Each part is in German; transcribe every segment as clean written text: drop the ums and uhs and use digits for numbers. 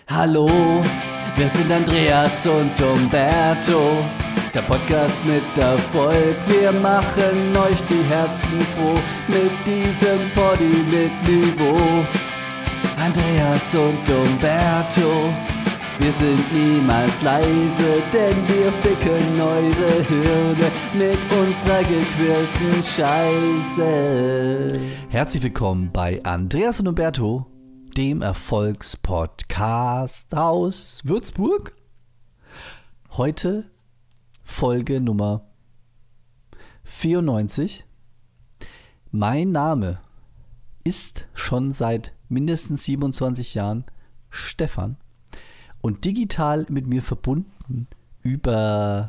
Hallo, wir sind Andreas und Umberto, der Podcast mit Erfolg. Wir machen euch die Herzen froh mit diesem Poddy mit Niveau. Andreas und Umberto, wir sind niemals leise, denn wir ficken eure Hirne mit unserer gequirlten Scheiße. Herzlich willkommen bei Andreas und Umberto, dem Erfolgspodcast aus Würzburg. Heute Folge Nummer 94. Mein Name ist schon seit mindestens 27 Jahren Stefan und digital mit mir verbunden über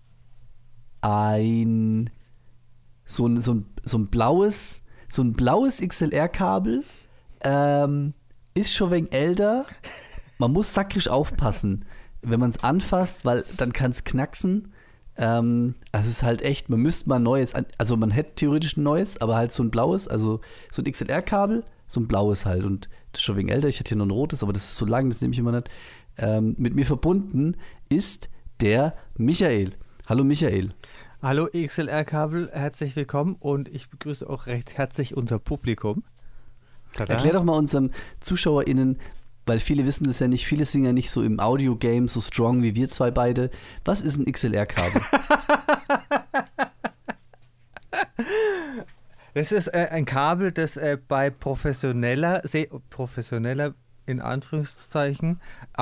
ein so ein blaues XLR-Kabel. Ist schon ein wenig älter. Man muss sakrisch aufpassen, wenn man es anfasst, weil dann kann es knacksen. Also es ist halt echt, man müsste mal ein neues, also man hätte theoretisch ein neues, aber halt so ein blaues, also so ein XLR-Kabel, so ein blaues halt. Und das ist schon wegen älter, ich hatte hier noch ein rotes, aber das ist so lang, das nehme ich immer nicht. Mit mir verbunden ist der Michael. Hallo Michael. Hallo XLR-Kabel, herzlich willkommen und ich begrüße auch recht herzlich unser Publikum. Tada. Erklär doch mal unseren ZuschauerInnen, weil viele wissen das ja nicht, viele sind ja nicht so im Audio-Game so strong wie wir zwei beide. Was ist ein XLR-Kabel? Das ist ein Kabel, das bei professioneller in Anführungszeichen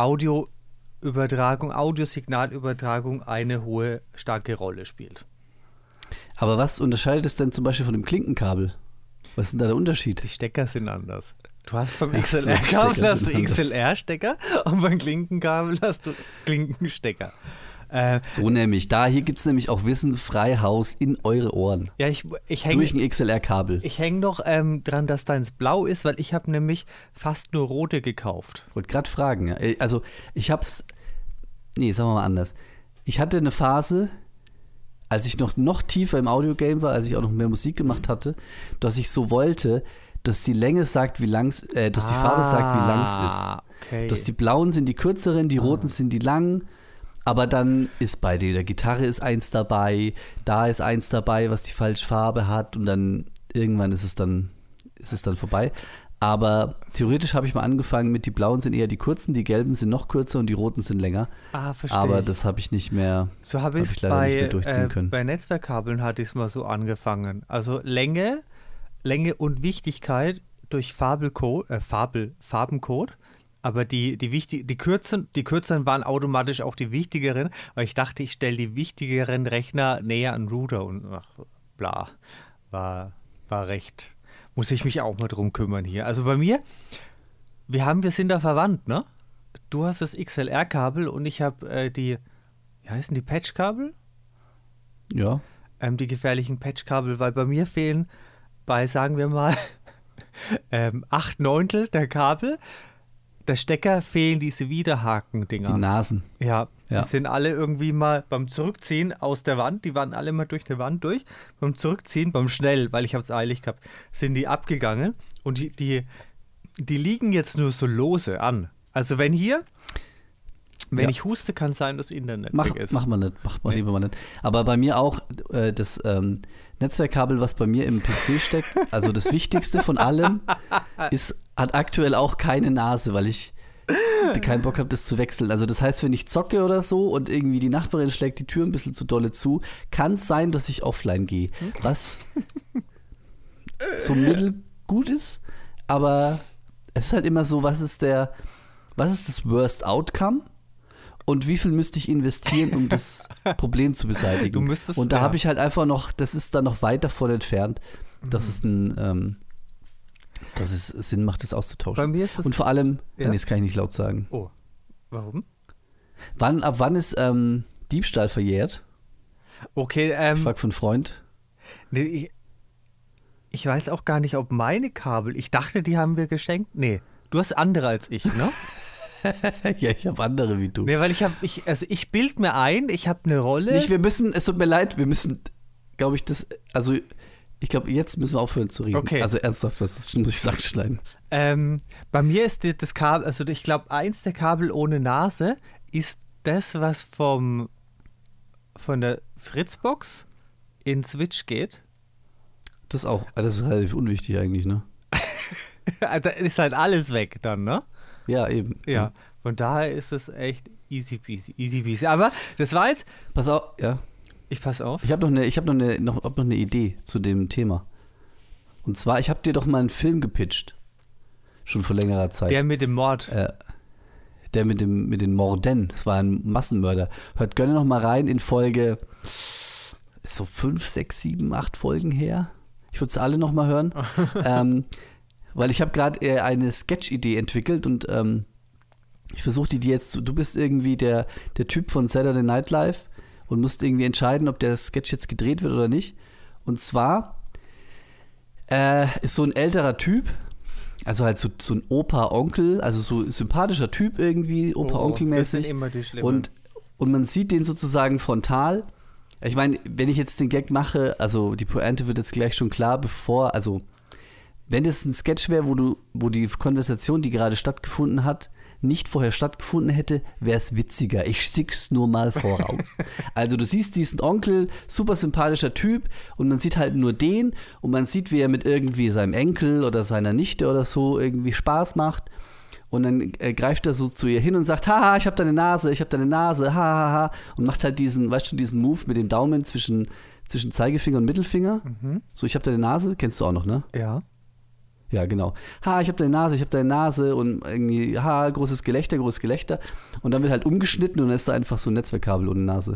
Audiosignalübertragung eine hohe, starke Rolle spielt. Aber was unterscheidet es denn zum Beispiel von dem Klinkenkabel? Was ist denn da der Unterschied? Die Stecker sind anders. Du hast beim XLR-Kabel hast du XLR-Stecker und beim Klinkenkabel hast du Klinkenstecker. So nämlich. Hier gibt es nämlich auch Wissen frei Haus in eure Ohren. Ja, ich häng, durch ein XLR-Kabel. Ich hänge noch dran, dass deins blau ist, weil ich habe nämlich fast nur rote gekauft. Ich wollte gerade fragen. Ja. Also ich hab's, sagen wir mal anders. Ich hatte eine Phase, als ich noch tiefer im Audiogame war, als ich auch noch mehr Musik gemacht hatte, dass ich so wollte, dass die Länge sagt, wie lang dass die Farbe sagt, wie lang es ist. Okay. Dass die blauen sind die kürzeren, die roten sind die langen. Aber dann ist bei der Gitarre ist eins dabei, da ist eins dabei, was die falsche Farbe hat und dann irgendwann ist es dann vorbei. Aber theoretisch habe ich mal angefangen mit, die blauen sind eher die kurzen, die gelben sind noch kürzer und die roten sind länger. Verstehe. Aber das habe ich nicht mehr, so habe ich leider nicht mehr durchziehen können. Bei Netzwerkkabeln hatte ich es mal so angefangen. Also Länge und Wichtigkeit durch Farbencode. Aber die kürzeren waren automatisch auch die wichtigeren, weil ich dachte, ich stelle die wichtigeren Rechner näher an den Router und bla, war recht, muss ich mich auch mal drum kümmern hier. Also bei mir, wir sind da verwandt, ne? Du hast das XLR-Kabel und ich habe wie heißen die Patchkabel? Ja. Die gefährlichen Patchkabel, weil bei mir fehlen sagen wir mal, 8/9 der Kabel. Der Stecker fehlen diese Widerhaken-Dinger. Die Nasen. Ja, die sind alle irgendwie mal beim Zurückziehen aus der Wand, die waren alle mal durch eine Wand durch. Beim Zurückziehen, weil ich habe es eilig gehabt, sind die abgegangen und die liegen jetzt nur so lose an. Also wenn ich huste, kann es sein, dass Internet weg ist. Mach mal lieber mal nicht. Aber bei mir auch das Netzwerkkabel, was bei mir im PC steckt, also das Wichtigste von allem, hat aktuell auch keine Nase, weil ich keinen Bock habe, das zu wechseln. Also das heißt, wenn ich zocke oder so und irgendwie die Nachbarin schlägt die Tür ein bisschen zu dolle zu, kann es sein, dass ich offline gehe. Was so mittelgut ist, aber es ist halt immer so, was ist das Worst Outcome? Und wie viel müsste ich investieren, um das Problem zu beseitigen? Und da habe ich halt einfach noch, das ist dann noch weit davon entfernt, dass es Sinn macht, das auszutauschen. Bei mir ist es, und vor allem, das kann ich nicht laut sagen. Oh, warum? Ab wann ist Diebstahl verjährt? Okay, ich frage von Freund. Nee, ich weiß auch gar nicht, ob meine Kabel, ich dachte, die haben wir geschenkt. Nee, du hast andere als ich, ne? Ja, ich habe andere wie du. Nee, weil ich bild mir ein, ich habe eine Rolle. Es tut mir leid, wir müssen, glaube ich, Ich glaube, jetzt müssen wir aufhören zu reden. Okay. Also ernsthaft, das muss ich sagen, schneiden. Bei mir ist das Kabel, also ich glaube, eins der Kabel ohne Nase ist das, was von der Fritzbox in Switch geht. Das ist relativ unwichtig eigentlich, ne? Da ist halt alles weg dann, ne? Ja, eben. Ja, von daher ist es echt easy peasy. Aber das war jetzt... Pass auf, ja. Ich pass auf. Ich habe noch eine Idee zu dem Thema. Und zwar, ich habe dir doch mal einen Film gepitcht. Schon vor längerer Zeit. Der mit dem Mord. Der mit den Morden. Das war ein Massenmörder. Hört gerne noch mal rein in Folge, ist so 5, 6, 7, 8 Folgen her. Ich würde es alle noch mal hören. Weil ich habe gerade eine Sketch-Idee entwickelt und ich versuche die dir jetzt, du bist irgendwie der Typ von Saturday Night Live und musst irgendwie entscheiden, ob der Sketch jetzt gedreht wird oder nicht. Und zwar ist so ein älterer Typ, also halt so ein Opa-Onkel, also so sympathischer Typ irgendwie, Opa-Onkel-mäßig. Das sind immer die Schlimmen. Und man sieht den sozusagen frontal. Ich meine, wenn ich jetzt den Gag mache, also die Pointe wird jetzt gleich schon klar, wenn das ein Sketch wäre, wo die Konversation, die gerade stattgefunden hat, nicht vorher stattgefunden hätte, wäre es witziger. Ich schick's nur mal voraus. Also du siehst diesen Onkel, super sympathischer Typ und man sieht halt nur den und man sieht, wie er mit irgendwie seinem Enkel oder seiner Nichte oder so irgendwie Spaß macht und dann greift er so zu ihr hin und sagt, haha, ich hab deine Nase, hahaha und macht halt diesen Move mit dem Daumen zwischen Zeigefinger und Mittelfinger. So, ich hab deine Nase, kennst du auch noch, ne? Ja. Ja, genau. Ich hab deine Nase und irgendwie, großes Gelächter. Und dann wird halt umgeschnitten und dann ist da einfach so ein Netzwerkkabel ohne Nase.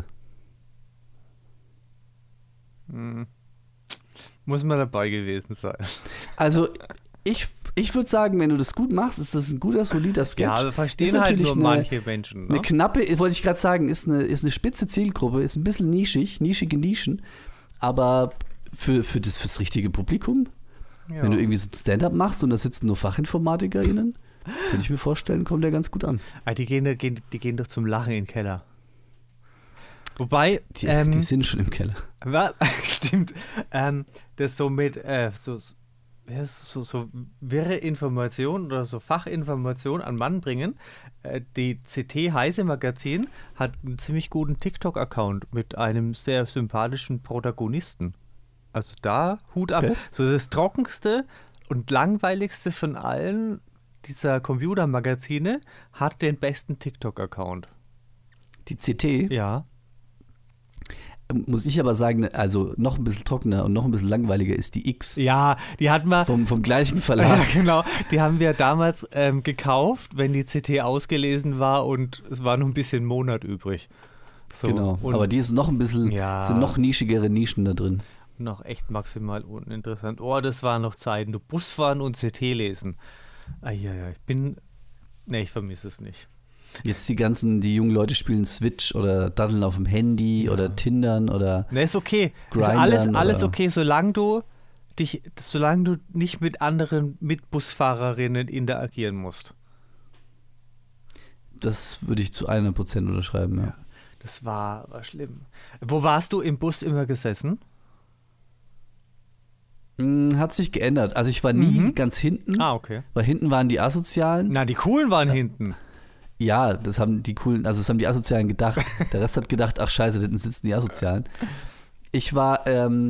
Muss man dabei gewesen sein. Also, ich würde sagen, wenn du das gut machst, ist das ein guter, solider Sketch. Ja, aber verstehen halt nur manche Menschen. Ne? Eine knappe, wollte ich gerade sagen, ist eine spitze Zielgruppe, ist ein bisschen nischige Nischen, aber fürs richtige Publikum. Ja. Wenn du irgendwie so ein Stand-up machst und da sitzen nur FachinformatikerInnen, kann ich mir vorstellen, kommt der ganz gut an. Die gehen doch zum Lachen in den Keller. Wobei... Die sind schon im Keller. Stimmt. Das so mit so wirre Informationen oder so Fachinformationen an Mann bringen. Die CT Heise Magazin hat einen ziemlich guten TikTok-Account mit einem sehr sympathischen Protagonisten. Also da, Hut ab. Okay. So das Trockenste und Langweiligste von allen dieser Computermagazine hat den besten TikTok-Account. Die CT? Ja. Muss ich aber sagen, also noch ein bisschen trockener und noch ein bisschen langweiliger ist die X. Ja, die hatten wir... Vom gleichen Verlag. Ja, genau. Die haben wir damals gekauft, wenn die CT ausgelesen war und es war noch ein bisschen Monat übrig. So, genau, aber die ist noch ein bisschen, sind noch nischigere Nischen da drin. Noch echt maximal uninteressant. Oh, das waren noch Zeiten. Du Busfahren und CT lesen. Ich vermisse es nicht. Jetzt die jungen Leute spielen Switch oder daddeln auf dem Handy oder Tindern oder ist okay. Grindern Ist alles okay, solange du nicht mit anderen Mitbusfahrerinnen interagieren musst. Das würde ich zu 100% unterschreiben, ja. Das war schlimm. Wo warst du im Bus immer gesessen? Hat sich geändert. Also ich war nie ganz hinten. Okay. Weil hinten waren die Asozialen. Na, die Coolen waren hinten. Ja, das haben die Asozialen gedacht. Der Rest hat gedacht, ach scheiße, hinten sitzen die Asozialen. Ich war,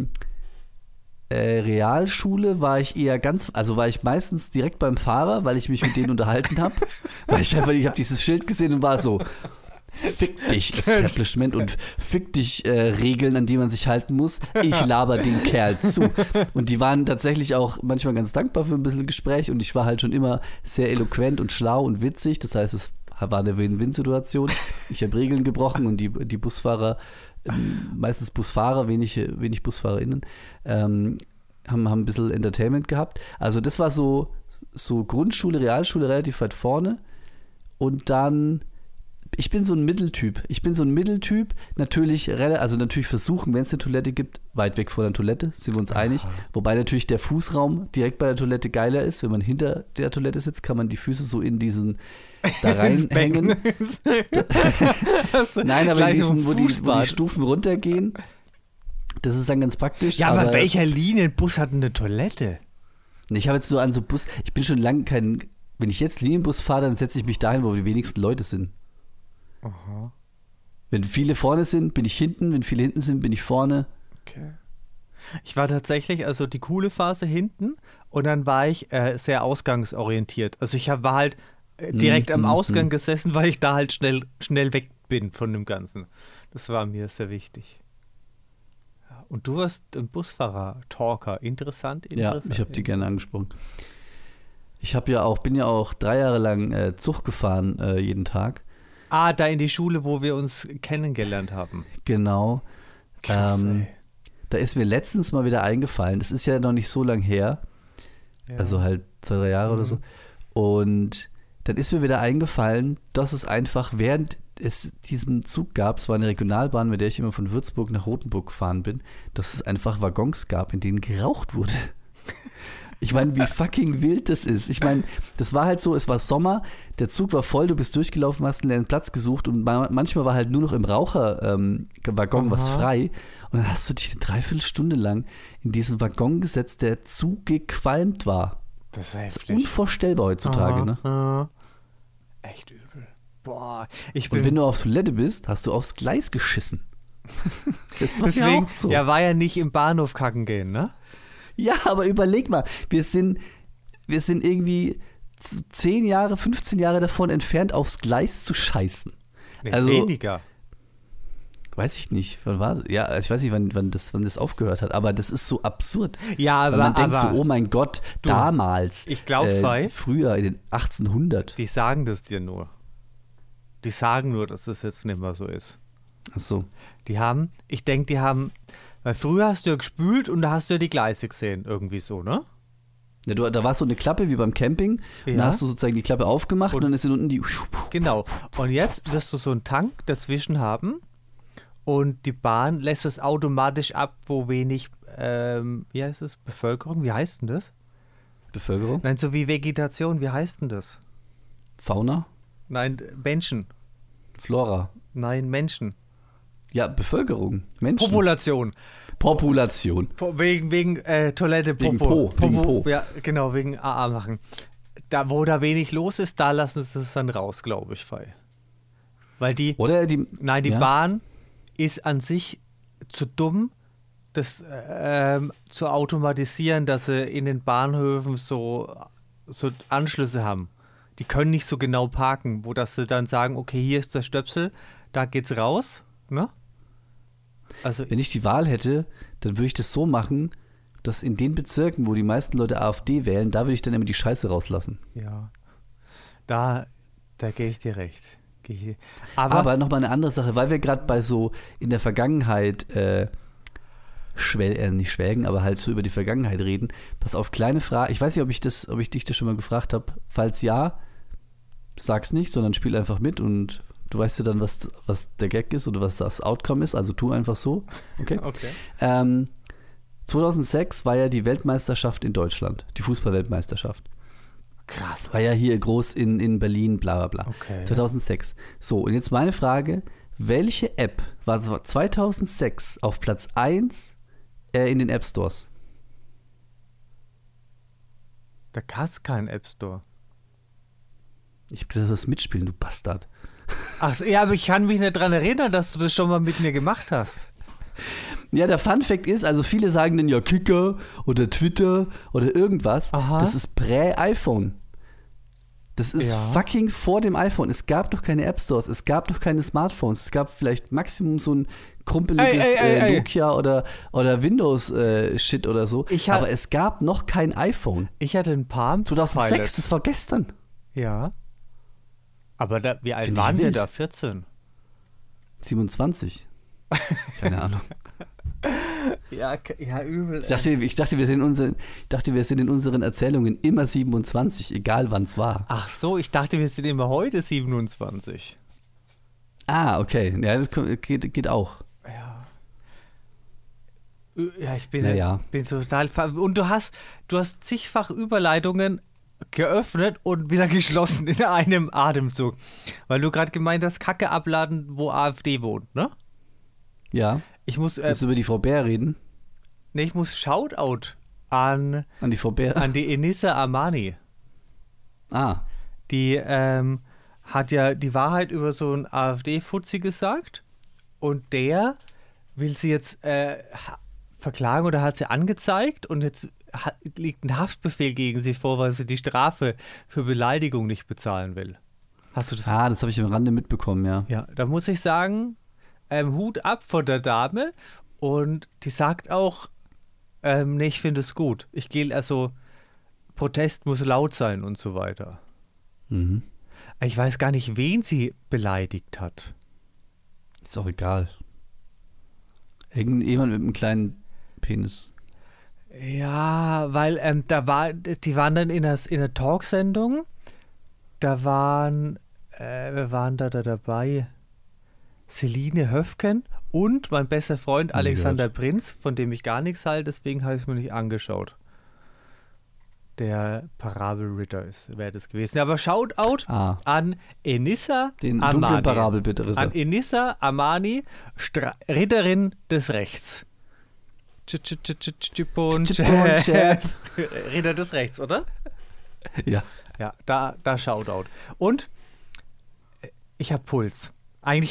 Realschule war ich war ich meistens direkt beim Fahrer, weil ich mich mit denen unterhalten habe. Weil ich habe dieses Schild gesehen und war so, fick dich Establishment und fick dich Regeln, an die man sich halten muss. Ich laber den Kerl zu. Und die waren tatsächlich auch manchmal ganz dankbar für ein bisschen Gespräch und ich war halt schon immer sehr eloquent und schlau und witzig. Das heißt, es war eine Win-Win-Situation. Ich habe Regeln gebrochen und die Busfahrer, meistens Busfahrer, wenig BusfahrerInnen, haben ein bisschen Entertainment gehabt. Also das war so Grundschule, Realschule relativ weit vorne und dann ich bin so ein Mitteltyp. Natürlich versuchen, wenn es eine Toilette gibt, weit weg von der Toilette, sind wir uns einig. Wobei natürlich der Fußraum direkt bei der Toilette geiler ist. Wenn man hinter der Toilette sitzt, kann man die Füße so in diesen da reinhängen. Nein, aber in diesen, wo die Stufen runtergehen. Das ist dann ganz praktisch. Ja, aber welcher Linienbus hat eine Toilette? Ich habe jetzt so an so Bus, ich bin schon lange wenn ich jetzt Linienbus fahre, dann setze ich mich dahin, wo die wenigsten Leute sind. Aha. Wenn viele vorne sind, bin ich hinten, wenn viele hinten sind, bin ich vorne. Okay. Ich war tatsächlich, also die coole Phase hinten und dann war ich sehr ausgangsorientiert. Also ich war halt direkt am Ausgang gesessen, weil ich da halt schnell weg bin von dem Ganzen. Das war mir sehr wichtig. Ja, und du warst ein Busfahrer, Talker, interessant. Ja, ich habe die gerne angesprochen. Ich bin ja auch 3 Jahre lang Zug gefahren, jeden Tag. Ah, da in die Schule, wo wir uns kennengelernt haben. Genau. Krass, ey. Da ist mir letztens mal wieder eingefallen, das ist ja noch nicht so lang her, also halt 2, 3 Jahre oder so. Und dann ist mir wieder eingefallen, dass es einfach, während es diesen Zug gab, es war eine Regionalbahn, mit der ich immer von Würzburg nach Rothenburg gefahren bin, dass es einfach Waggons gab, in denen geraucht wurde. Ich meine, wie fucking wild das ist. Ich meine, das war halt so, es war Sommer, der Zug war voll, du bist durchgelaufen, hast einen leeren Platz gesucht und manchmal war halt nur noch im Raucherwaggon was frei. Und dann hast du dich eine Dreiviertelstunde lang in diesen Waggon gesetzt, der zugequalmt war. Das ist Das heftig. ist unvorstellbar heutzutage, ne? Aha. Echt übel. Boah, Und wenn du auf Toilette bist, hast du aufs Gleis geschissen. Das war deswegen, ja auch so. ja, war ja nicht im Bahnhof kacken gehen, ne? Ja, aber überleg mal, wir sind irgendwie 10 Jahre, 15 Jahre davon entfernt, aufs Gleis zu scheißen. Nee, Also, weniger. Weiß ich nicht, wann war das? Ja, ich weiß nicht, wann das aufgehört hat, aber das ist so absurd. Ja, aber Weil man denkt so, oh mein Gott, du, damals, ich glaube, früher in den 1800. Die sagen das dir nur. Die sagen nur, dass das jetzt nicht mehr so ist. Ach so. Weil früher hast du ja gespült und da hast du ja die Gleise gesehen, irgendwie so, ne? Ja, da war so eine Klappe wie beim Camping und da hast du sozusagen die Klappe aufgemacht und dann ist unten die... Genau. Und jetzt wirst du so einen Tank dazwischen haben und die Bahn lässt es automatisch ab, wo wenig, wie heißt es, Bevölkerung, wie heißt denn das? Bevölkerung? Nein, so wie Vegetation, wie heißt denn das? Fauna? Nein, Menschen. Flora? Nein, Menschen. Ja, Bevölkerung. Menschen. Population. Wegen Toilette, Wegen Popo. wegen Po. Ja, genau, wegen AA machen. Da, wo da wenig los ist, da lassen sie es dann raus, glaube ich, Fei. Weil die Bahn ist an sich zu dumm, das zu automatisieren, dass sie in den Bahnhöfen so Anschlüsse haben. Die können nicht so genau parken, wo dass sie dann sagen, okay, hier ist der Stöpsel, da geht's raus, ne? Also, wenn ich die Wahl hätte, dann würde ich das so machen, dass in den Bezirken, wo die meisten Leute AfD wählen, da würde ich dann immer die Scheiße rauslassen. Ja, da gebe ich dir recht. Aber nochmal eine andere Sache, weil wir gerade bei so in der Vergangenheit nicht schwelgen, aber halt so über die Vergangenheit reden. Pass auf, kleine Frage. Ich weiß nicht, ob ich dich das schon mal gefragt habe. Falls ja, sag's nicht, sondern spiel einfach mit und du weißt ja dann, was der Gag ist oder was das Outcome ist. Also tu einfach so. Okay? Okay. 2006 war ja die Weltmeisterschaft in Deutschland, die Fußball-Weltmeisterschaft. Krass. War ja hier groß in Berlin, bla bla bla. Okay. 2006. So, und jetzt meine Frage, welche App war 2006 auf Platz 1 in den App Stores? Da hast keinen App Store. Ich hab gesagt, das mitspielen, du Bastard. Ach, ja, aber ich kann mich nicht daran erinnern, dass du das schon mal mit mir gemacht hast. Ja, der Fun-Fact ist, also viele sagen dann ja Kicker oder Twitter oder irgendwas. Aha. Das ist prä-iPhone. Das ist fucking vor dem iPhone. Es gab noch keine App Stores, es gab noch keine Smartphones. Es gab vielleicht Maximum so ein krumpeliges Nokia oder Windows-Shit oder so. Aber es gab noch kein iPhone. Ich hatte ein Palm 2006, Pilot. das war gestern. Ja. Aber wie alt waren wir da? 14? 27. Keine Ahnung. Ja, übel. Ich dachte, wir sind in unseren Erzählungen immer 27, egal wann es war. Ach so, ich dachte, wir sind immer heute 27. Ah, okay. Ja, das geht auch. Ja, ich bin total... Und du hast zigfach Überleitungen geöffnet und wieder geschlossen in einem Atemzug. Weil du gerade gemeint hast, Kacke abladen, wo AfD wohnt, ne? Ja. Ich muss, Willst du über die Frau Bär reden? ich muss Shoutout an Die Frau Bär? die Enissa Amani. Ah. Die hat ja die Wahrheit über so einen AfD-Fuzzi gesagt und der will sie jetzt verklagen oder hat sie angezeigt und jetzt liegt ein Haftbefehl gegen sie vor, weil sie die Strafe für Beleidigung nicht bezahlen will. Hast du das? Das habe ich am Rande mitbekommen, ja. Ja, da muss ich sagen, Hut ab vor der Dame und die sagt auch, nee, ich finde es gut. Protest muss laut sein und so weiter. Mhm. Ich weiß gar nicht, wen sie beleidigt hat. Ist auch egal. Irgendjemand mit einem kleinen Penis. Ja, weil die waren dann in einer Talksendung. Da waren, wer waren da dabei? Celine Höfken und mein bester Freund Alexander Prinz, von dem ich gar nichts halte, deswegen habe ich es mir nicht angeschaut. Der Parabelritter wäre das gewesen. Aber Shoutout an Enissa Den Amani. dunklen Parabelritter. An Enissa Amani, Ritterin des Rechts. Ritter des Rechts, oder? Ja. Ja, da Shoutout. Und ich habe Puls. Eigentlich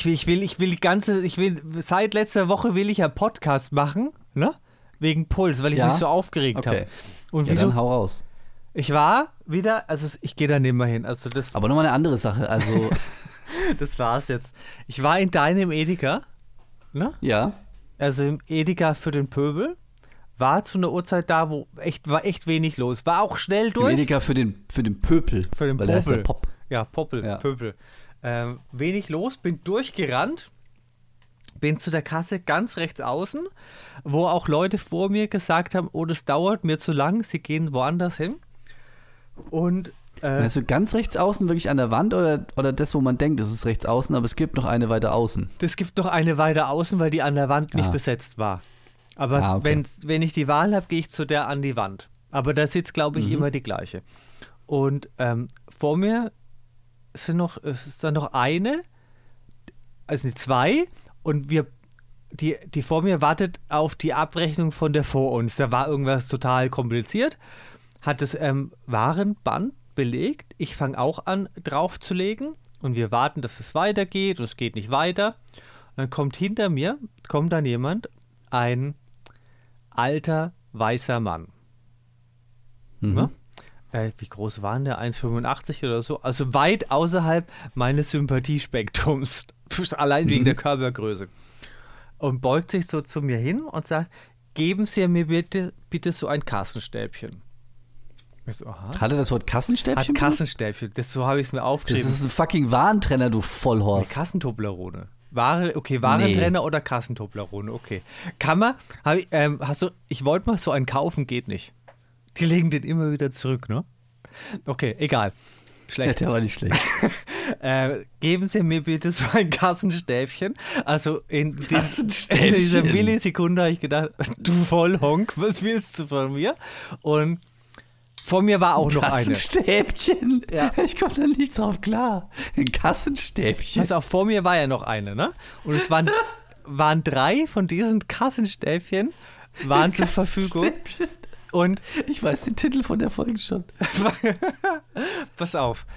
seit letzter Woche will ich ja Podcast machen, ne? Wegen Puls, weil ich mich so aufgeregt habe. Und dann hau raus. Ich war wieder, ich gehe da nicht mehr hin. Aber nochmal eine andere Sache, also. Das war's jetzt. Ich war in deinem Edeka, ne? Ja. Also im Edeka für den Pöbel. War zu einer Uhrzeit da, wo war echt wenig los. War auch schnell durch. Im Edeka für den Pöpel. Für den weil Popel. der heißt der Pop. Ja, Popel, Ja. Pöbel. Wenig los, bin durchgerannt. Bin zu der Kasse ganz rechts außen, wo auch Leute vor mir gesagt haben, oh, das dauert mir zu lang, sie gehen woanders hin. Und Meinst du ganz rechts außen, wirklich an der Wand oder das, wo man denkt, es ist rechts außen, aber es gibt noch eine weiter außen? es gibt noch eine weiter außen, weil die an der Wand nicht besetzt war. Aber okay. wenn ich die Wahl habe, gehe ich zu der an die Wand. Aber da sitzt, glaube ich, immer die gleiche. Und vor mir ist dann noch eine, also zwei, und die vor mir wartet auf die Abrechnung von der vor uns. Da war irgendwas total kompliziert. Hat das Warenband belegt. Ich fange auch an, draufzulegen. Und wir warten, dass es weitergeht. Und es geht nicht weiter. Und dann kommt hinter mir, jemand, ein alter, weißer Mann. Mhm. Ja? Wie groß war denn der? 1,85 oder so? Also weit außerhalb meines Sympathiespektrums. Allein wegen der Körpergröße. Und beugt sich so zu mir hin und sagt, geben Sie mir bitte so ein Kassenstäbchen. Ich so, aha. Hat er das Wort Kassenstäbchen? Hat Kassenstäbchen. So habe ich es mir aufgeschrieben. Das ist ein fucking Warentrenner, du Vollhorst. Eine Kassentoblerone. Warentrenner oder Kassentoblerone, okay. Kann man, ich wollte mal so einen kaufen, geht nicht. Die legen den immer wieder zurück, ne? Okay, egal. Schlecht. Ja, der war nicht schlecht. Geben Sie mir bitte so ein Kassenstäbchen. Also in Kassenstäbchen. dieser Millisekunde habe ich gedacht, du Vollhonk, was willst du von mir? Und vor mir war auch noch eine. Kassenstäbchen? Ja. Ich komme da nicht drauf klar. Ein Kassenstäbchen. Also auch vor mir war ja noch eine, ne? Und es waren 3 von diesen Kassenstäbchen waren zur Verfügung. Und ich weiß den Titel von der Folge schon. pass auf.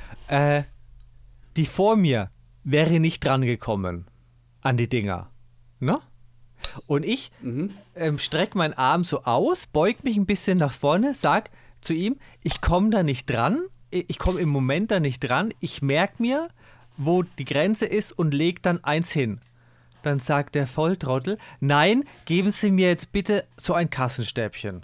Die vor mir wäre nicht dran gekommen an die Dinger. Ne? Und ich strecke meinen Arm so aus, beug mich ein bisschen nach vorne, sag zu ihm, ich komme da nicht dran, ich komme im Moment da nicht dran, ich merke mir, wo die Grenze ist und leg dann eins hin. Dann sagt der Volltrottel, nein, geben Sie mir jetzt bitte so ein Kassenstäbchen.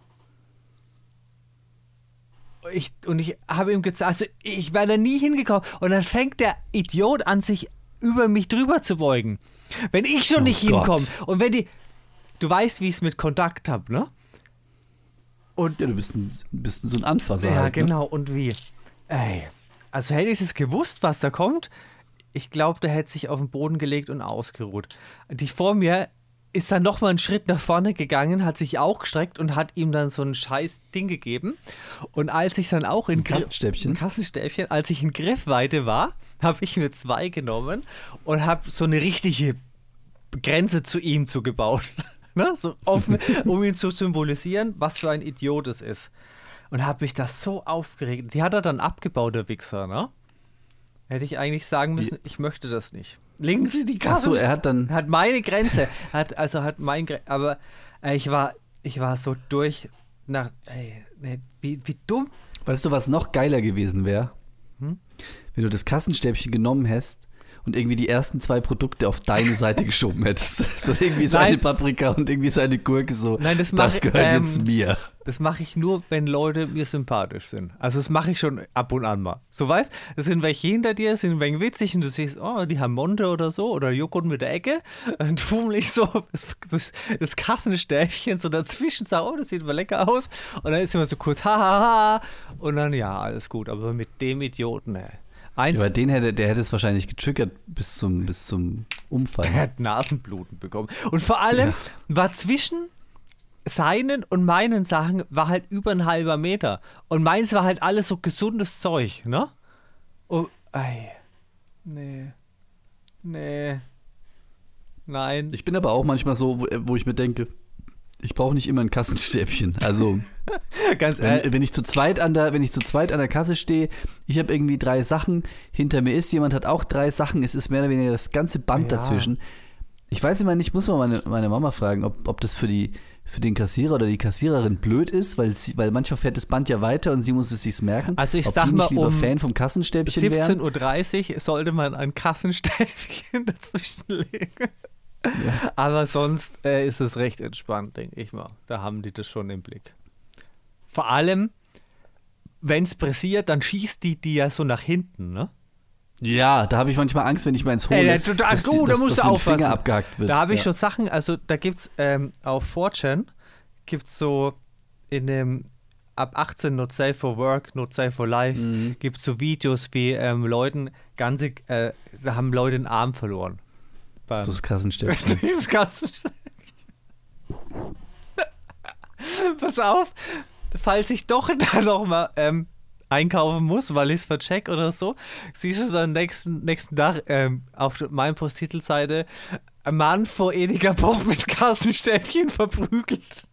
Ich habe ihm gesagt, also ich wäre da nie hingekommen. Und dann fängt der Idiot an, sich über mich drüber zu beugen. Wenn ich schon nicht hinkomme. Und wenn du weißt, wie ich es mit Kontakt habe, ne? Und ja, du bist so ein Anfasser. Ja, halt, genau. Ne? Und wie? Also hätte ich es gewusst, was da kommt, ich glaube, der hätte sich auf den Boden gelegt und ausgeruht. Die vor mir ist dann nochmal einen Schritt nach vorne gegangen, hat sich auch gestreckt und hat ihm dann so ein scheiß Ding gegeben. Und als ich dann auch ein Kassenstäbchen, als ich in Griffweite war, habe ich mir 2 genommen und habe so eine richtige Grenze zu ihm zugebaut. Ne? So offen, um ihn zu symbolisieren, was für ein Idiot es ist. Und habe mich das so aufgeregt. Die hat er dann abgebaut, der Wichser, ne? Hätte ich eigentlich sagen müssen, ich möchte das nicht. Legen Sie die Kasse. Achso, er hat dann... Hat meine Grenze. Aber ich war so durch nach... wie dumm. Weißt du, was noch geiler gewesen wäre? Wenn du das Kassenstäbchen genommen hättest und irgendwie die ersten 2 Produkte auf deine Seite geschoben hättest. So irgendwie seine Paprika und irgendwie seine Gurke so. Nein, das gehört jetzt mir. Das mache ich nur, wenn Leute mir sympathisch sind. Also das mache ich schon ab und an mal. So weißt, es sind welche hinter dir, sind welche witzig und du siehst, oh, die haben Monte oder so oder Joghurt mit der Ecke und fummel ich so das Kassenstäbchen so dazwischen, sag, oh, das sieht mal lecker aus und dann ist immer so kurz, hahaha und dann, ja, alles gut. Aber mit dem Idioten, ne. Aber der hätte es wahrscheinlich getriggert bis zum Umfall. Der hat Nasenbluten bekommen. Und vor allem war zwischen seinen und meinen Sachen war halt über ein halber Meter. Und meins war halt alles so gesundes Zeug, ne? Oh, nee. Nein. Ich bin aber auch manchmal so, wo ich mir denke, ich brauche nicht immer ein Kassenstäbchen. Also, wenn ich zu zweit an der Kasse stehe, ich habe irgendwie 3 Sachen, hinter mir ist jemand, hat auch 3 Sachen, es ist mehr oder weniger das ganze Band dazwischen. Ich weiß immer nicht, muss man meine Mama fragen, ob das für den Kassierer oder die Kassiererin blöd ist, weil manchmal fährt das Band ja weiter und sie muss es sich merken. Also ich ob sag die mal, nicht lieber Fan vom Kassenstäbchen wären. 17:30 Uhr sollte man ein Kassenstäbchen dazwischen legen. Ja. Aber sonst ist es recht entspannt, denke ich mal. Da haben die das schon im Blick. Vor allem, wenn es pressiert, dann schießt die ja so nach hinten, ne? Ja, da habe ich manchmal Angst, wenn ich meins hole, da musst du aufpassen. Finger abgehackt wird. Da habe ich schon Sachen, also da gibt es auf 4chan, gibt es so in dem ab 18 not safe for work, not safe for life, gibt es so Videos wie Leuten, da haben Leute den Arm verloren. Das Kassenstäbchen. Das Kassenstäbchen. Pass auf, falls ich doch da nochmal einkaufen muss, weil ich es vercheck oder so, siehst du dann nächsten Tag auf meiner Posttitelseite ein Mann vor Edeka Pop mit Kassenstäbchen verprügelt.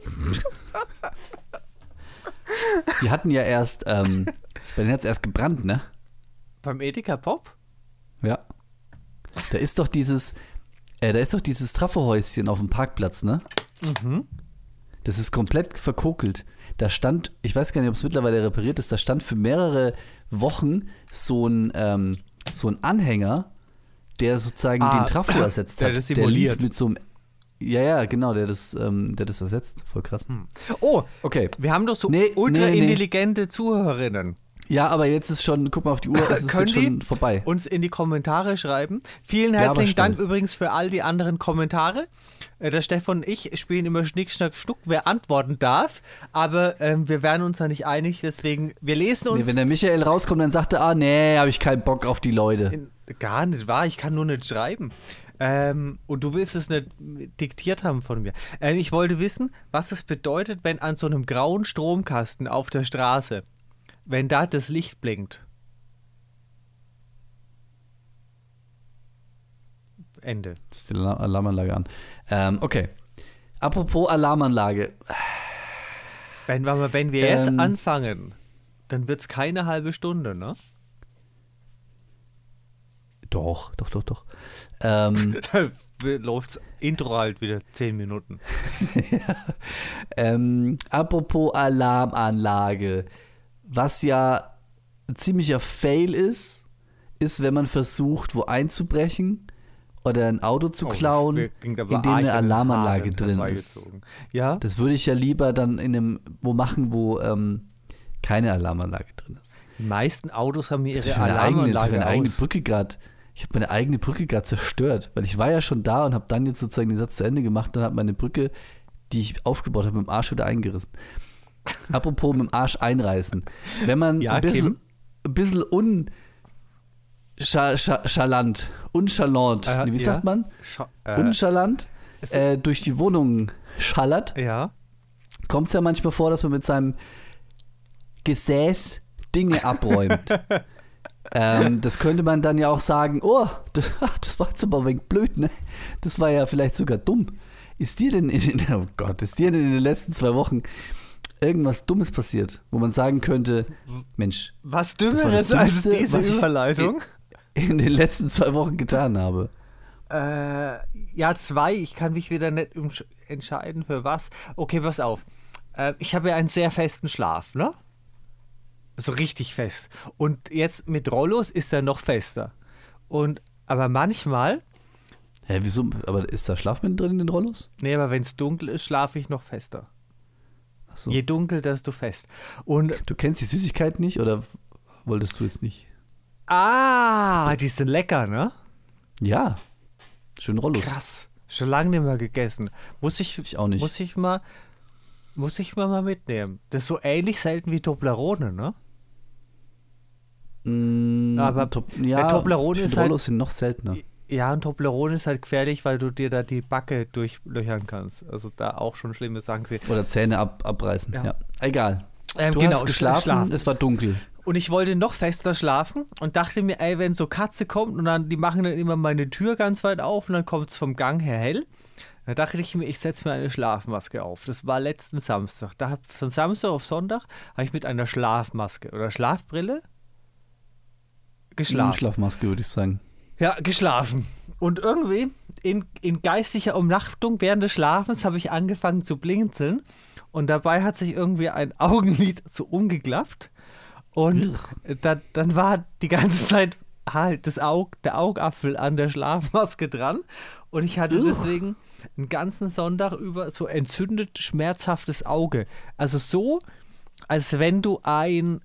Die hatten ja erst, bei denen hat es erst gebrannt, ne? Beim Edeka Pop? Ja. Da ist doch dieses Trafohäuschen auf dem Parkplatz, ne? Mhm. Das ist komplett verkokelt. Da stand, ich weiß gar nicht, ob es mittlerweile repariert ist, da stand für mehrere Wochen so ein Anhänger, der sozusagen den Trafo ersetzt hat. Der das simuliert. Der lief mit so einem, ja, genau, der das ersetzt. Voll krass. Oh, okay. Wir haben doch so ultra-intelligente Zuhörerinnen. Ja, aber jetzt ist schon, guck mal auf die Uhr, es ist jetzt schon vorbei. Uns in die Kommentare schreiben. Vielen herzlichen Dank übrigens für all die anderen Kommentare. Der Stefan und ich spielen immer Schnick, Schnack, Schnuck, wer antworten darf. Aber wir wären uns da nicht einig, deswegen, wir lesen uns... wenn der Michael rauskommt, dann sagt er, habe ich keinen Bock auf die Leute. Gar nicht wahr, ich kann nur nicht schreiben. Und du willst es nicht diktiert haben von mir. Ich wollte wissen, was es bedeutet, wenn an so einem grauen Stromkasten auf der Straße, wenn da das Licht blinkt. Ende. Das ist die Alarmanlage an. Okay. Apropos Alarmanlage. Wenn wir jetzt anfangen, dann wird es keine halbe Stunde, ne? Doch. Dann läuft das Intro halt wieder 10 Minuten. Apropos Alarmanlage. Was ja ein ziemlicher Fail ist, wenn man versucht, wo einzubrechen oder ein Auto zu klauen, in dem eine Alarmanlage drin ist. Ja? Das würde ich ja lieber dann machen, wo keine Alarmanlage drin ist. Die meisten Autos haben hier ihre Alarmanlage Ich habe meine eigene Brücke gerade zerstört, weil ich war ja schon da und habe dann jetzt sozusagen den Satz zu Ende gemacht und habe meine Brücke, die ich aufgebaut habe, mit dem Arsch wieder eingerissen. Apropos mit dem Arsch einreißen. Wenn man ein bisschen unchalant, wie sagt man? Unchalant durch die Wohnung schallert, kommt es ja manchmal vor, dass man mit seinem Gesäß Dinge abräumt. Das könnte man dann ja auch sagen, oh, das war jetzt aber ein wenig blöd, ne? Das war ja vielleicht sogar dumm. Ist dir denn in den letzten 2 Wochen irgendwas Dummes passiert, wo man sagen könnte, Mensch, was Dümmeres als diese Überleitung in den letzten 2 Wochen getan habe? Ja, 2. Ich kann mich wieder nicht entscheiden für was. Okay, pass auf. Ich habe ja einen sehr festen Schlaf, ne? So richtig fest. Und jetzt mit Rollos ist er noch fester. Aber manchmal. Hä, wieso? Aber ist da Schlaf mit drin in den Rollos? Nee, aber wenn es dunkel ist, schlafe ich noch fester. Ach so. Je dunkel, desto fest. Und du kennst die Süßigkeit nicht oder wolltest du jetzt nicht? Die sind lecker, ne? Ja. Schön Rollos. Krass. Schon lange nicht mehr gegessen. Ich auch nicht. Muss ich mal mitnehmen. Das ist so ähnlich selten wie Toblerone, ne? Aber Toblerone ist halt, Rollos sind noch seltener. Ja, und Toblerone ist halt gefährlich, weil du dir da die Backe durchlöchern kannst. Also da auch schon schlimme Sachen sehen. Oder Zähne abreißen. Ja. Egal. Du hast geschlafen, es war dunkel. Und ich wollte noch fester schlafen und dachte mir, ey, wenn so Katze kommt und dann, die machen dann immer meine Tür ganz weit auf und dann kommt es vom Gang her hell. Da dachte ich mir, ich setze mir eine Schlafmaske auf. Das war letzten Samstag. Von Samstag auf Sonntag habe ich mit einer Schlafmaske oder Schlafbrille geschlafen. Schlafmaske, würde ich sagen. Ja, geschlafen. Und irgendwie in geistiger Umnachtung während des Schlafens habe ich angefangen zu blinzeln und dabei hat sich irgendwie ein Augenlid so umgeklappt und dann war die ganze Zeit halt der Augapfel an der Schlafmaske dran und ich hatte deswegen einen ganzen Sonntag über so entzündet, schmerzhaftes Auge. Also so, als wenn du ein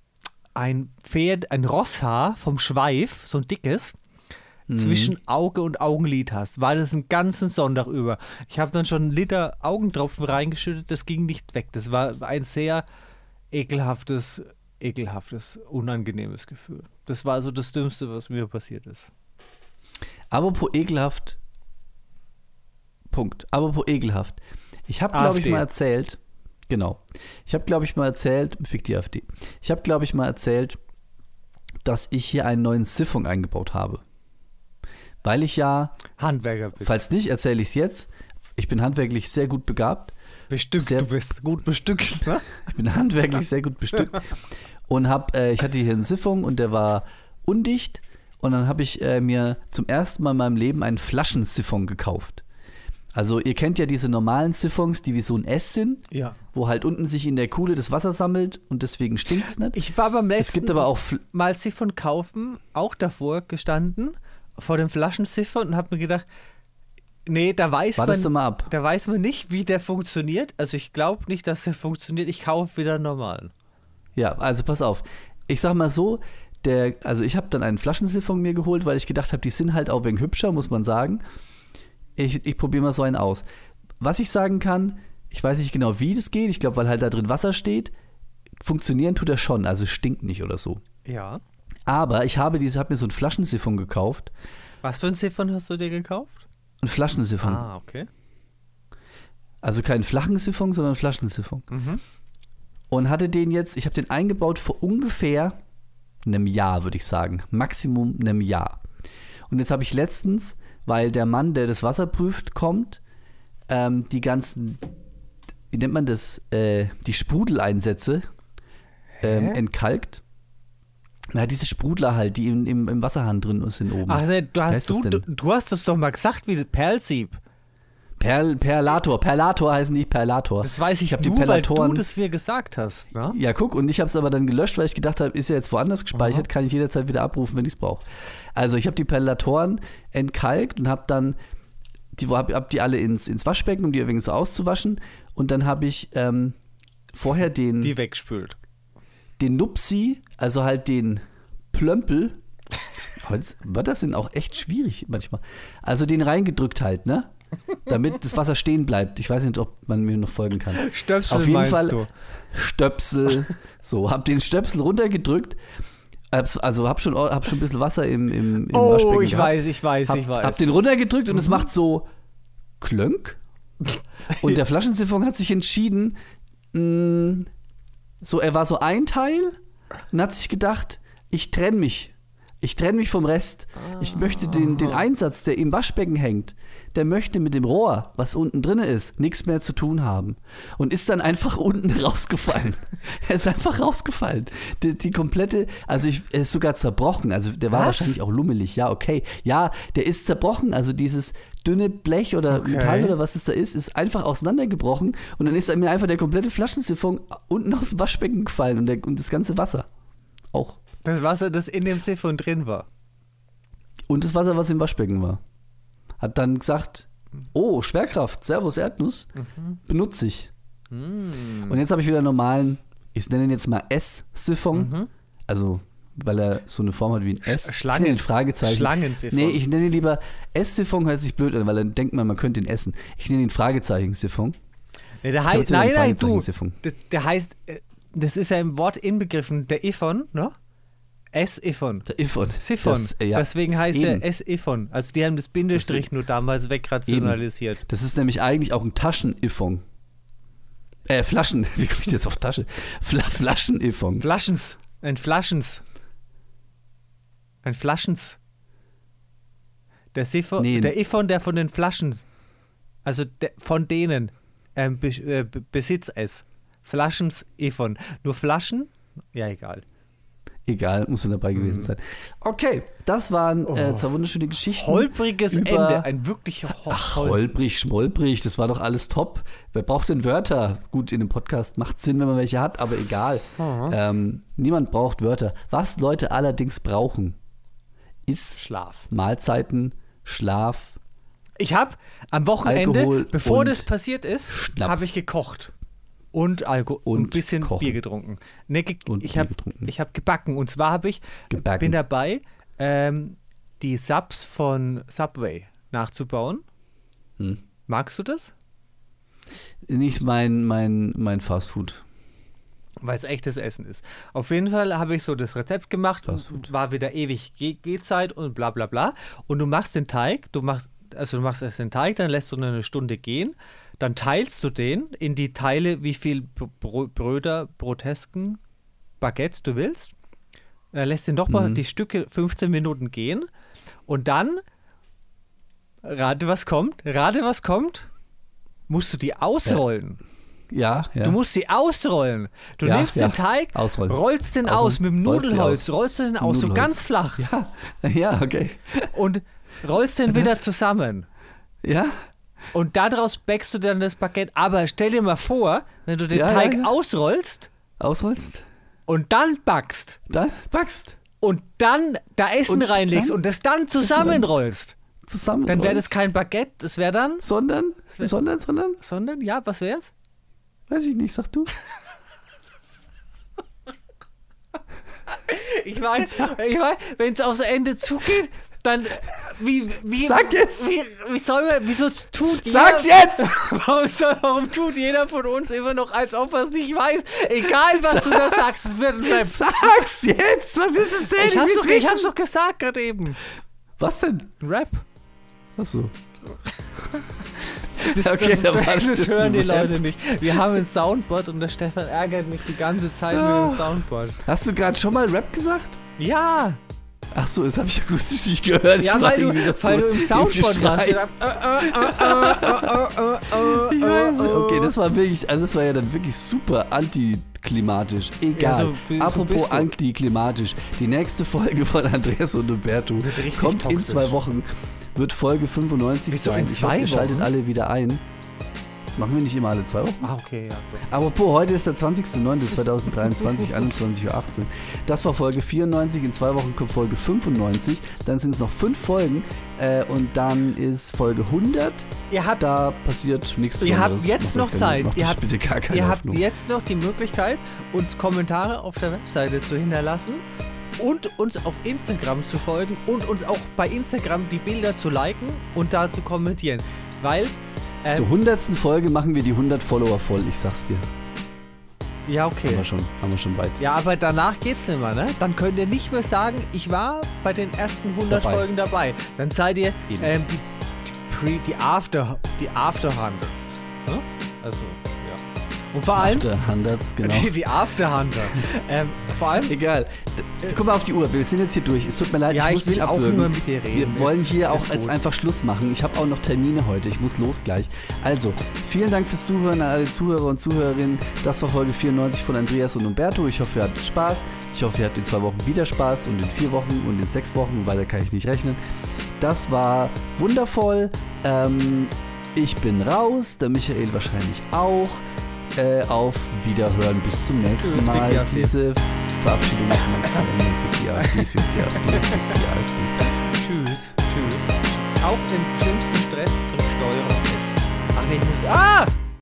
Rosshaar vom Schweif, so ein dickes, zwischen Auge und Augenlid hast. War das einen ganzen Sonntag über. Ich habe dann schon einen Liter Augentropfen reingeschüttet, das ging nicht weg. Das war ein sehr ekelhaftes, unangenehmes Gefühl. Das war also das Dümmste, was mir passiert ist. Apropos ekelhaft. Punkt. Apropos ekelhaft. Ich habe, glaube ich, mal erzählt, fick die AfD. Ich habe, glaube ich, mal erzählt, dass ich hier einen neuen Siphon eingebaut habe. Weil ich ja Handwerker bist. Falls nicht, erzähle ich es jetzt. Ich bin handwerklich sehr gut begabt. Du bist gut bestückt, ne? Ich bin handwerklich sehr gut bestückt. Und ich hatte hier einen Siphon und der war undicht. Und dann habe ich mir zum ersten Mal in meinem Leben einen Flaschensiphon gekauft. Also ihr kennt ja diese normalen Siphons, die wie so ein S sind, ja, wo halt unten sich in der Kuhle das Wasser sammelt und deswegen stinkt es nicht. Ich war beim letzten Mal Siphon kaufen auch davor gestanden, vor dem Flaschensiphon und habe mir gedacht, nee, da weiß man nicht, wie der funktioniert. Also ich glaube nicht, dass der funktioniert. Ich kaufe wieder einen normalen. Ja, also pass auf. Ich sag mal so, ich habe dann einen Flaschensiphon mir geholt, weil ich gedacht habe, die sind halt auch ein wenig hübscher, muss man sagen. Ich probiere mal so einen aus. Was ich sagen kann, ich weiß nicht genau, wie das geht. Ich glaube, weil halt da drin Wasser steht, funktionieren tut er schon. Also stinkt nicht oder so. Ja. Aber ich habe mir so einen Flaschensiphon gekauft. Was für einen Siphon hast du dir gekauft? Ein Flaschensiphon. Ah, okay. Also keinen flachen Siphon, sondern einen Flaschensiphon. Mhm. Und hatte ich habe den eingebaut vor ungefähr einem Jahr, würde ich sagen. Maximum einem Jahr. Und jetzt habe ich letztens, weil der Mann, der das Wasser prüft, kommt, die ganzen, wie nennt man das, die Sprudeleinsätze entkalkt. Na, diese Sprudler halt, die im Wasserhahn drin sind oben. Ach, du hast das doch mal gesagt, wie Perlsieb. Perlator heißen die, Perlator. Das weiß ich habe nur, weil du das mir gesagt hast. Ne? Ja, guck, und ich habe es aber dann gelöscht, weil ich gedacht habe, ist ja jetzt woanders gespeichert, kann ich jederzeit wieder abrufen, wenn ich es brauche. Also ich habe die Perlatoren entkalkt und habe dann, hab die alle ins Waschbecken, um die übrigens so auszuwaschen. Und dann habe ich vorher die wegspült. Den Nupsi, also halt den Plömpel, das sind auch echt schwierig manchmal, also den reingedrückt halt, ne? Damit das Wasser stehen bleibt. Ich weiß nicht, ob man mir noch folgen kann. Stöpsel auf jeden meinst Fall, du? Stöpsel. So, hab den Stöpsel runtergedrückt. Also hab schon ein bisschen Wasser im Waschbecken gehabt. Ich weiß. Hab den runtergedrückt und es macht so Klönk. Und der Flaschensiphon hat sich entschieden, er war so ein Teil und hat sich gedacht, ich trenne mich Ich trenne mich vom Rest. Ich möchte den Einsatz, der im Waschbecken hängt, der möchte mit dem Rohr, was unten drin ist, nichts mehr zu tun haben. Und ist dann einfach unten rausgefallen. Er ist einfach rausgefallen. Die komplette, also er ist sogar zerbrochen. Also der war wahrscheinlich auch lummelig. Ja, okay. Ja, der ist zerbrochen. Also dieses dünne Blech oder Metall oder was es da ist einfach auseinandergebrochen. Und dann ist mir einfach der komplette Flaschensiphon unten aus dem Waschbecken gefallen und das ganze Wasser auch. Das Wasser, das in dem Siphon drin war. Und das Wasser, was im Waschbecken war. Hat dann gesagt, oh, Schwerkraft, Servus Erdnuss, benutze ich. Und jetzt habe ich wieder einen normalen, ich nenne ihn jetzt mal S-Siphon. Also, weil er so eine Form hat wie ein S. Ich nenne ihn Fragezeichen. Schlangensiphon. Nee, ich nenne ihn lieber S-Siphon, hört sich blöd an, weil dann denkt man könnte ihn essen. Ich nenne ihn Fragezeichen-Siphon. Nee, der heißt, nein, du, der heißt, das ist ja im Wort inbegriffen, der Iphon, ne? S-Iphon. Der Iphon. Siphon. Deswegen heißt der S-Iphon. Also die haben das Bindestrich nur damals wegrationalisiert. Das ist nämlich eigentlich auch ein Taschen-Iphon. Flaschen. Wie komme ich jetzt auf Tasche? Flaschen-Iphon. Flaschens. Ein Flaschens. Der Siphon, der Iphon, der von den Flaschen, also von denen Besitz es. Flaschens Iphon. Nur Flaschen? Ja, egal. Egal, muss man dabei gewesen sein. Okay, das waren zwei wunderschöne Geschichten. Holpriges Ende, ein wirklich holprig, schmolprig, das war doch alles top. Wer braucht denn Wörter? Gut, in einem Podcast macht Sinn, wenn man welche hat, aber egal. Niemand braucht Wörter. Was Leute allerdings brauchen, ist Schlaf. Mahlzeiten, Schlaf. Ich habe am Wochenende, Alkohol bevor das passiert ist, habe ich gekocht. Und Alkohol und ein bisschen Bier getrunken. Ich habe gebacken. Und zwar bin dabei, die Subs von Subway nachzubauen. Magst du das? Nicht mein Fastfood. Weil es echtes Essen ist. Auf jeden Fall habe ich so das Rezept gemacht und war wieder ewig Gehzeit und bla bla bla. Und du machst den Teig, du machst erst den Teig, dann lässt du eine Stunde gehen. Dann teilst du den in die Teile, wie viel Brotesken, Baguettes du willst. Dann lässt du doch mal die Stücke 15 Minuten gehen. Und dann, rate was kommt, musst du die ausrollen. Ja. Du musst sie ausrollen. Du nimmst den Teig, rollst den aus mit dem Nudelholz, rollst du den aus, so ganz flach. Ja, okay. Und rollst den wieder zusammen. Ja. Und daraus backst du dann das Baguette. Aber stell dir mal vor, wenn du den Teig ausrollst und dann backst. Und dann da Essen reinlegst und das dann zusammenrollst. Dann wäre das kein Baguette, das wäre dann... Sondern? Ja, was wär's? Weiß ich nicht, sag du. Ich weiß, wenn es aufs Ende zugeht, dann Sag jetzt! Wieso tut jeder... Sag's jetzt! Warum tut jeder von uns immer noch, als ob er es nicht weiß? Egal, was du da sagst, es wird ein Rap. Sag's jetzt! Was ist es denn? Ich hab's doch gesagt gerade eben. Was denn? Ein Rap. Achso. Das hören die Leute nicht. Wir haben ein Soundboard und der Stefan ärgert mich die ganze Zeit mit dem Soundboard. Hast du gerade schon mal Rap gesagt? Ja. Ach so, das habe ich akustisch nicht gehört. Ja, weil du im Soundboard warst. Ich weiß. Okay, das war ja dann wirklich super antiklimatisch. Egal. Ja, apropos antiklimatisch. Die nächste Folge von Andreas und Umberto kommt in 2 Wochen. Wird Folge 95 Wieso sein. In 2 Wochen? Ihr schaltet alle wieder ein. Machen wir nicht immer alle 2 Wochen? Okay, ja. Apropos, heute ist der 20.09.2023, 21:18 Uhr. Das war Folge 94, in 2 Wochen kommt Folge 95, dann sind es noch 5 Folgen und dann ist Folge 100. Da passiert nichts Besonderes. Ihr habt jetzt noch Zeit. Ihr habt bitte gar keine Hoffnung. Jetzt noch die Möglichkeit, uns Kommentare auf der Webseite zu hinterlassen und uns auf Instagram zu folgen und uns auch bei Instagram die Bilder zu liken und da zu kommentieren, weil zur 100. Folge machen wir die 100 Follower voll, ich sag's dir. Ja, okay. Haben wir schon bald. Ja, aber danach geht's nicht mehr, ne? Dann könnt ihr nicht mehr sagen, ich war bei den ersten 100 Folgen dabei. Dann seid ihr die After Hundreds. Ne? Also, ja. Und vor allem... After Hundreds, genau. Die After Hunter. Vor allem. Egal. Guck mal auf die Uhr. Wir sind jetzt hier durch. Es tut mir leid, Ja, ich muss dich abwürgen. auch nur mit dir reden. Wir wollen hier auch Ist jetzt gut. einfach Schluss machen. Ich habe auch noch Termine heute. Ich muss los gleich. Also, vielen Dank fürs Zuhören an alle Zuhörer und Zuhörerinnen. Das war Folge 94 von Andreas und Umberto. Ich hoffe, ihr hattet Spaß. Ich hoffe, ihr habt in 2 Wochen wieder Spaß und in 4 Wochen und in 6 Wochen, weil da kann ich nicht rechnen. Das war wundervoll. Ich bin raus. Der Michael wahrscheinlich auch. Auf Wiederhören. Bis zum nächsten Tschüss, Mal. fick die AfD. Diese Verabschiedung ist nun zu Ende. Fick die AfD, fick die AfD, fick die AfD. Tschüss. Auch im schlimmsten Stress drückt Steuerung S. Ach nee, ich musste. Ah!